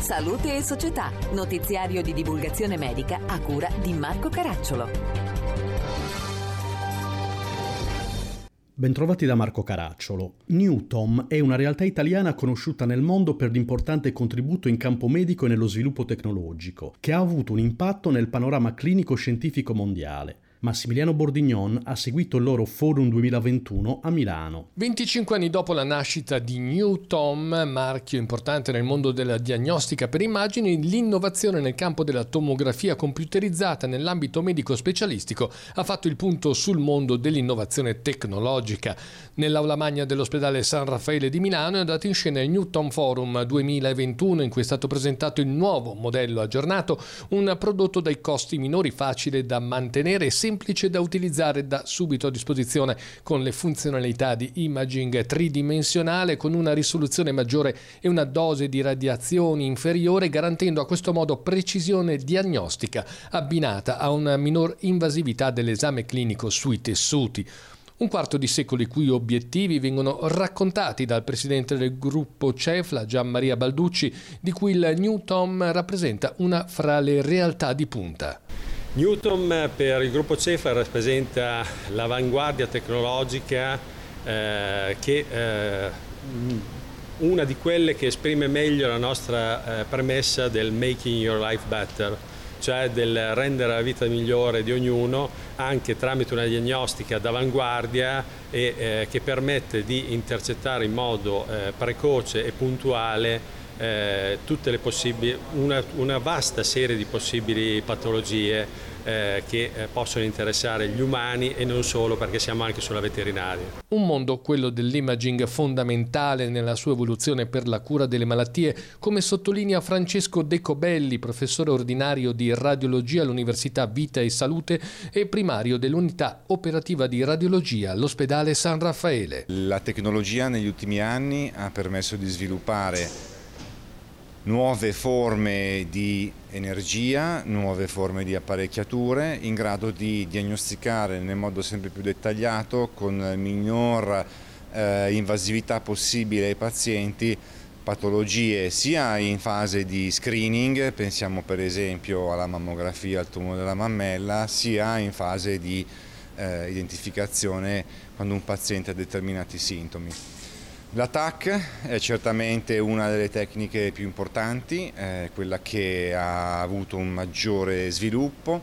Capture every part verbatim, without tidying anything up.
Salute e Società, notiziario di divulgazione medica a cura di Marco Caracciolo. Bentrovati da Marco Caracciolo. Newtom è una realtà italiana conosciuta nel mondo per l'importante contributo in campo medico e nello sviluppo tecnologico, che ha avuto un impatto nel panorama clinico scientifico mondiale. Massimiliano Bordignon ha seguito il loro Forum duemilaventuno a Milano. venticinque anni dopo la nascita di Newtom, marchio importante nel mondo della diagnostica per immagini, l'innovazione nel campo della tomografia computerizzata nell'ambito medico specialistico ha fatto il punto sul mondo dell'innovazione tecnologica. Nell'aula magna dell'ospedale San Raffaele di Milano è andato in scena il Newtom Forum duemilaventuno, in cui è stato presentato il nuovo modello aggiornato, un prodotto dai costi minori, facile da mantenere e semplice da utilizzare da subito a disposizione, con le funzionalità di imaging tridimensionale con una risoluzione maggiore e una dose di radiazioni inferiore, garantendo a questo modo precisione diagnostica abbinata a una minor invasività dell'esame clinico sui tessuti. Un quarto di secolo i cui obiettivi vengono raccontati dal presidente del gruppo Cefla, Gian Maria Balducci, di cui il Newtom rappresenta una fra le realtà di punta. Newtom per il gruppo Cefla rappresenta l'avanguardia tecnologica eh, che eh, una di quelle che esprime meglio la nostra eh, premessa del making your life better, cioè del rendere la vita migliore di ognuno anche tramite una diagnostica d'avanguardia e eh, che permette di intercettare in modo eh, precoce e puntuale Eh, tutte le possibili, una, una vasta serie di possibili patologie eh, che eh, possono interessare gli umani e non solo, perché siamo anche sulla veterinaria. Un mondo, quello dell'imaging, fondamentale nella sua evoluzione per la cura delle malattie, come sottolinea Francesco Decobelli, professore ordinario di radiologia all'Università Vita e Salute e primario dell'unità operativa di radiologia all'ospedale San Raffaele. La tecnologia negli ultimi anni ha permesso di sviluppare nuove forme di energia, nuove forme di apparecchiature in grado di diagnosticare nel modo sempre più dettagliato, con minor eh, invasività possibile ai pazienti, patologie sia in fase di screening, pensiamo per esempio alla mammografia, al tumore della mammella, sia in fase di eh, identificazione quando un paziente ha determinati sintomi. La T A C è certamente una delle tecniche più importanti, eh, quella che ha avuto un maggiore sviluppo.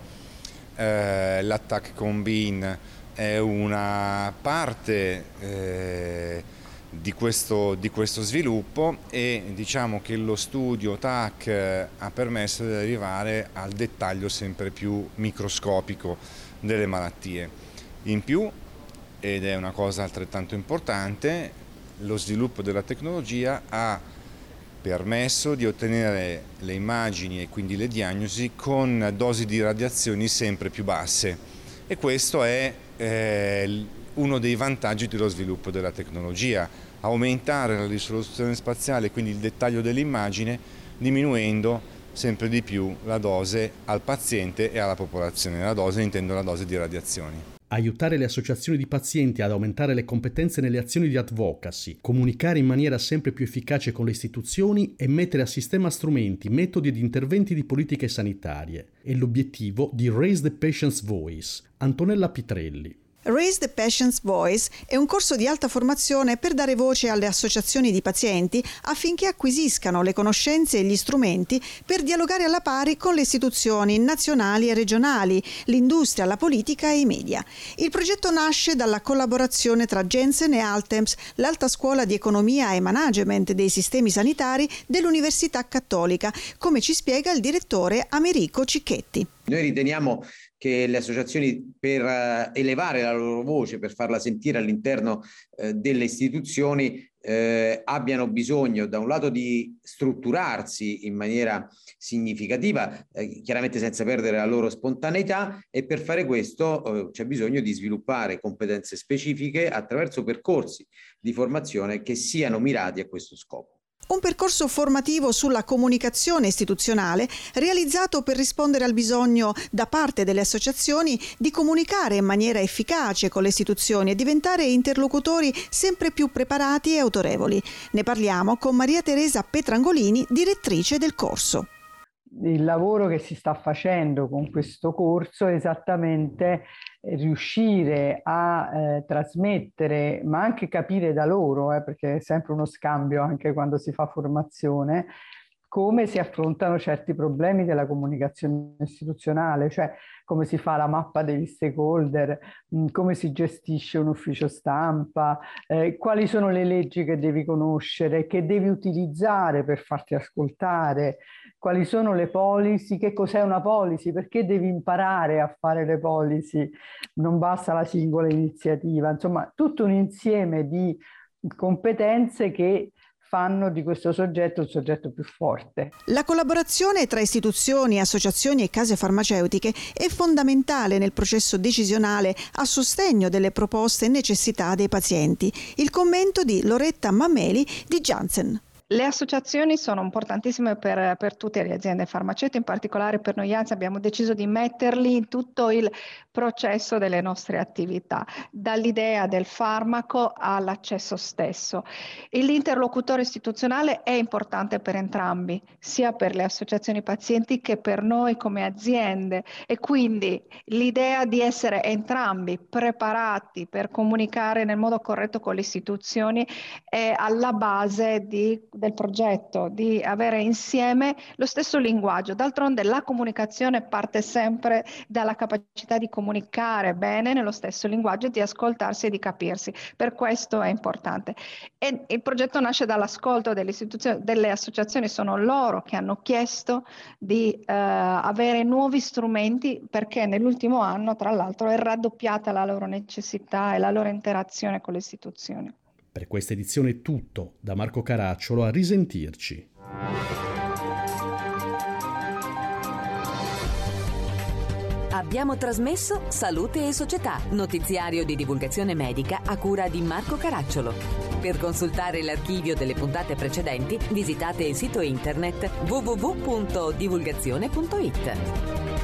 Eh, la T A C Combine è una parte eh, di, questo, di questo sviluppo e diciamo che lo studio T A C ha permesso di arrivare al dettaglio sempre più microscopico delle malattie. In più, ed è una cosa altrettanto importante, lo sviluppo della tecnologia ha permesso di ottenere le immagini e quindi le diagnosi con dosi di radiazioni sempre più basse, e questo è eh, uno dei vantaggi dello sviluppo della tecnologia: aumentare la risoluzione spaziale, quindi il dettaglio dell'immagine, diminuendo sempre di più la dose al paziente e alla popolazione. La dose intendo la dose di radiazioni. Aiutare le associazioni di pazienti ad aumentare le competenze nelle azioni di advocacy, comunicare in maniera sempre più efficace con le istituzioni e mettere a sistema strumenti, metodi ed interventi di politiche sanitarie. È l'obiettivo di Raise the Patient's Voice. Antonella Pitrelli. Raise the Patient's Voice è un corso di alta formazione per dare voce alle associazioni di pazienti affinché acquisiscano le conoscenze e gli strumenti per dialogare alla pari con le istituzioni nazionali e regionali, l'industria, la politica e i media. Il progetto nasce dalla collaborazione tra Jensen e Altems, l'alta scuola di economia e management dei sistemi sanitari dell'Università Cattolica, come ci spiega il direttore Americo Cicchetti. Noi riteniamo che le associazioni, per uh, elevare la loro voce, per farla sentire all'interno uh, delle istituzioni, uh, abbiano bisogno da un lato di strutturarsi in maniera significativa, uh, chiaramente senza perdere la loro spontaneità, e per fare questo uh, c'è bisogno di sviluppare competenze specifiche attraverso percorsi di formazione che siano mirati a questo scopo. Un percorso formativo sulla comunicazione istituzionale realizzato per rispondere al bisogno da parte delle associazioni di comunicare in maniera efficace con le istituzioni e diventare interlocutori sempre più preparati e autorevoli. Ne parliamo con Maria Teresa Petrangolini, direttrice del corso. Il lavoro che si sta facendo con questo corso è esattamente riuscire a eh, trasmettere, ma anche capire da loro, eh, perché è sempre uno scambio anche quando si fa formazione, come si affrontano certi problemi della comunicazione istituzionale, cioè come si fa la mappa degli stakeholder, mh, come si gestisce un ufficio stampa, eh, quali sono le leggi che devi conoscere, che devi utilizzare per farti ascoltare, quali sono le policy, che cos'è una policy, perché devi imparare a fare le policy, non basta la singola iniziativa, insomma tutto un insieme di competenze che fanno di questo soggetto il soggetto più forte. La collaborazione tra istituzioni, associazioni e case farmaceutiche è fondamentale nel processo decisionale a sostegno delle proposte e necessità dei pazienti. Il commento di Loretta Mameli di Janssen. Le associazioni sono importantissime per, per tutte le aziende farmaceutiche, in particolare per noi Janssen abbiamo deciso di metterli in tutto il processo delle nostre attività, dall'idea del farmaco all'accesso stesso. L'interlocutore istituzionale è importante per entrambi, sia per le associazioni pazienti che per noi come aziende, e quindi l'idea di essere entrambi preparati per comunicare nel modo corretto con le istituzioni è alla base di del progetto, di avere insieme lo stesso linguaggio. D'altronde la comunicazione parte sempre dalla capacità di comunicare bene nello stesso linguaggio e di ascoltarsi e di capirsi. Per questo è importante. E il progetto nasce dall'ascolto delle istituzioni, delle associazioni, sono loro che hanno chiesto di eh, avere nuovi strumenti, perché nell'ultimo anno, tra l'altro, è raddoppiata la loro necessità e la loro interazione con le istituzioni. Per questa edizione è tutto, da Marco Caracciolo, a risentirci. Abbiamo trasmesso Salute e Società, notiziario di divulgazione medica a cura di Marco Caracciolo. Per consultare l'archivio delle puntate precedenti, visitate il sito internet w w w punto divulgazione punto i t.